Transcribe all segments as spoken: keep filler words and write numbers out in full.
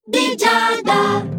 di Giada.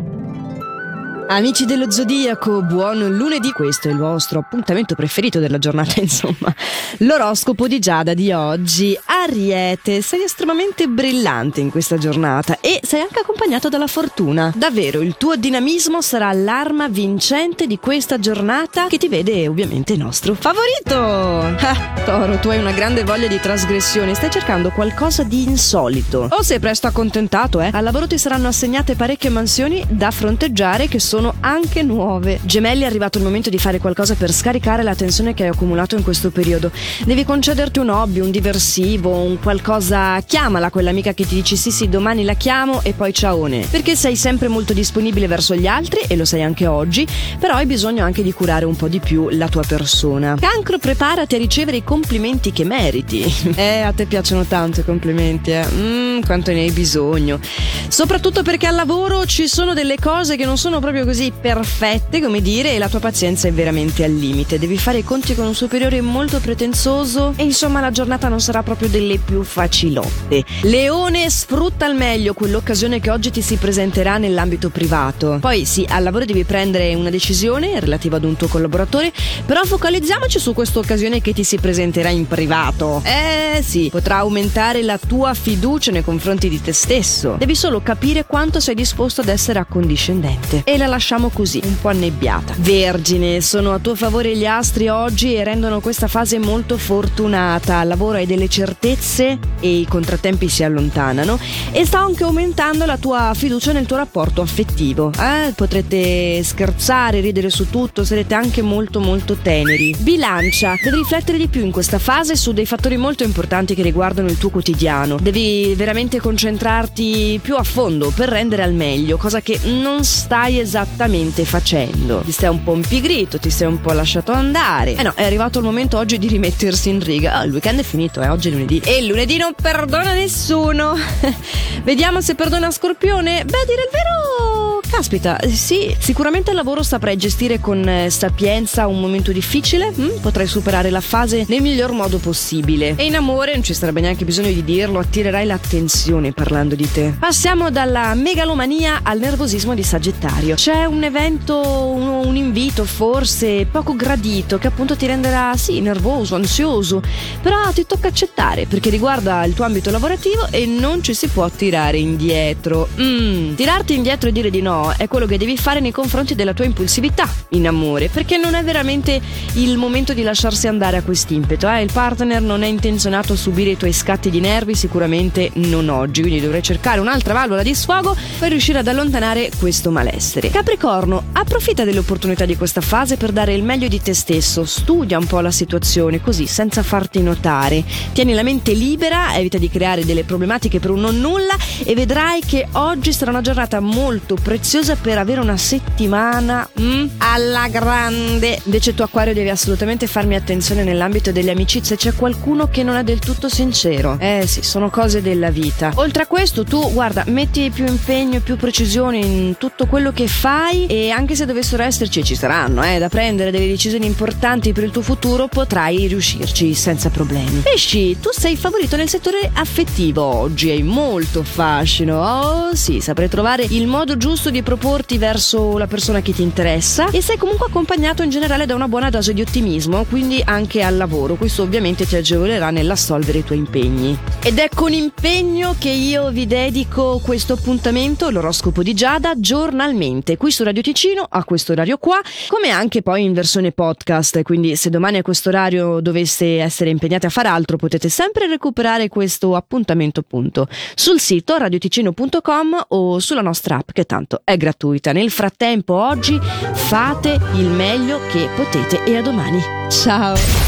Amici dello Zodiaco, buon lunedì, questo è il vostro appuntamento preferito della giornata, insomma. L'oroscopo di Giada di oggi. Ariete, sei estremamente brillante in questa giornata e sei anche accompagnato dalla fortuna. Davvero, il tuo dinamismo sarà l'arma vincente di questa giornata che ti vede ovviamente nostro favorito. Ah, Toro, tu hai una grande voglia di trasgressione, stai cercando qualcosa di insolito. O sei presto accontentato, eh? Al lavoro ti saranno assegnate parecchie mansioni da fronteggiare che sono sono anche nuove. Gemelli, è arrivato il momento di fare qualcosa per scaricare la tensione che hai accumulato in questo periodo. Devi concederti un hobby, un diversivo, un qualcosa. Chiamala quell'amica che ti dici sì sì domani la chiamo e poi ciaone, perché sei sempre molto disponibile verso gli altri e lo sei anche oggi, però hai bisogno anche di curare un po' di più la tua persona. Cancro, preparati a ricevere i complimenti che meriti. Eh, a te piacciono tanto i complimenti, eh? Mmm, quanto ne hai bisogno. Soprattutto perché al lavoro ci sono delle cose che non sono proprio così perfette, come dire, e la tua pazienza è veramente al limite. Devi fare i conti con un superiore molto pretenzioso e insomma la giornata non sarà proprio delle più facilotte. Leone, sfrutta al meglio quell'occasione che oggi ti si presenterà nell'ambito privato. Poi sì, al lavoro devi prendere una decisione relativa ad un tuo collaboratore, però focalizziamoci su questa occasione che ti si presenterà in privato. Eh sì, potrà aumentare la tua fiducia nei confronti di te stesso. Devi solo capire quanto sei disposto ad essere accondiscendente. E la lasciamo così, un po' annebbiata. Vergine, sono a tuo favore gli astri oggi e rendono questa fase molto fortunata. Al lavoro hai delle certezze e i contrattempi si allontanano e sta anche aumentando la tua fiducia nel tuo rapporto affettivo. Eh? Potrete scherzare, ridere su tutto, sarete anche molto molto teneri. Bilancia, devi riflettere di più in questa fase su dei fattori molto importanti che riguardano il tuo quotidiano. Devi veramente concentrarti più a fondo per rendere al meglio, cosa che non stai esattamente facendo. Ti stai un po' impigrito, ti sei un po' lasciato andare. Eh no, è arrivato il momento oggi di rimettersi in riga. Ah, il weekend è finito, eh, oggi è lunedì. E il lunedì non perdona nessuno. Vediamo se perdona Scorpione. Beh, a dire il vero, caspita, sì, sicuramente il lavoro saprai gestire con eh, sapienza un momento difficile. Mm? Potrai superare la fase nel miglior modo possibile. E in amore, non ci sarebbe neanche bisogno di dirlo, attirerai l'attenzione parlando di te. Passiamo dalla megalomania al nervosismo di Sagittario. C'è un evento, un, un invito forse poco gradito che appunto ti renderà sì nervoso, ansioso, però ti tocca accettare perché riguarda il tuo ambito lavorativo e non ci si può tirare indietro. Mm. Tirarti indietro e dire di no è quello che devi fare nei confronti della tua impulsività in amore, perché non è veramente il momento di lasciarsi andare a quest'impeto. Eh? Il partner non è intenzionato a subire i tuoi scatti di nervi, sicuramente non oggi, quindi dovrai cercare un'altra valvola di sfogo per riuscire ad allontanare questo malessere. Capricorno, approfitta dell'opportunità di questa fase per dare il meglio di te stesso, studia un po' la situazione così senza farti notare, tieni la mente libera, evita di creare delle problematiche per un non nulla e vedrai che oggi sarà una giornata molto preziosa per avere una settimana mm, alla grande. Invece tu Acquario devi assolutamente farmi attenzione nell'ambito delle amicizie, c'è qualcuno che non è del tutto sincero. Eh sì, sono cose della vita. Oltre a questo tu guarda, metti più impegno e più precisione in tutto quello che fai e anche se dovessero esserci, e ci saranno eh, da prendere delle decisioni importanti per il tuo futuro, potrai riuscirci senza problemi. Pesci, tu sei favorito nel settore affettivo oggi, hai molto fascino. Oh sì, saprai trovare il modo giusto di proporti verso la persona che ti interessa e sei comunque accompagnato in generale da una buona dose di ottimismo, quindi anche al lavoro. Questo ovviamente ti agevolerà nell'assolvere i tuoi impegni. Ed è con impegno che io vi dedico questo appuntamento, l'oroscopo di Giada, giornalmente qui su Radio Ticino a questo orario qua, come anche poi in versione podcast, quindi se domani a questo orario doveste essere impegnati a fare altro potete sempre recuperare questo appuntamento appunto sul sito radioticino punto com o sulla nostra app che tanto è gratuita. Nel frattempo oggi fate il meglio che potete e a domani. Ciao!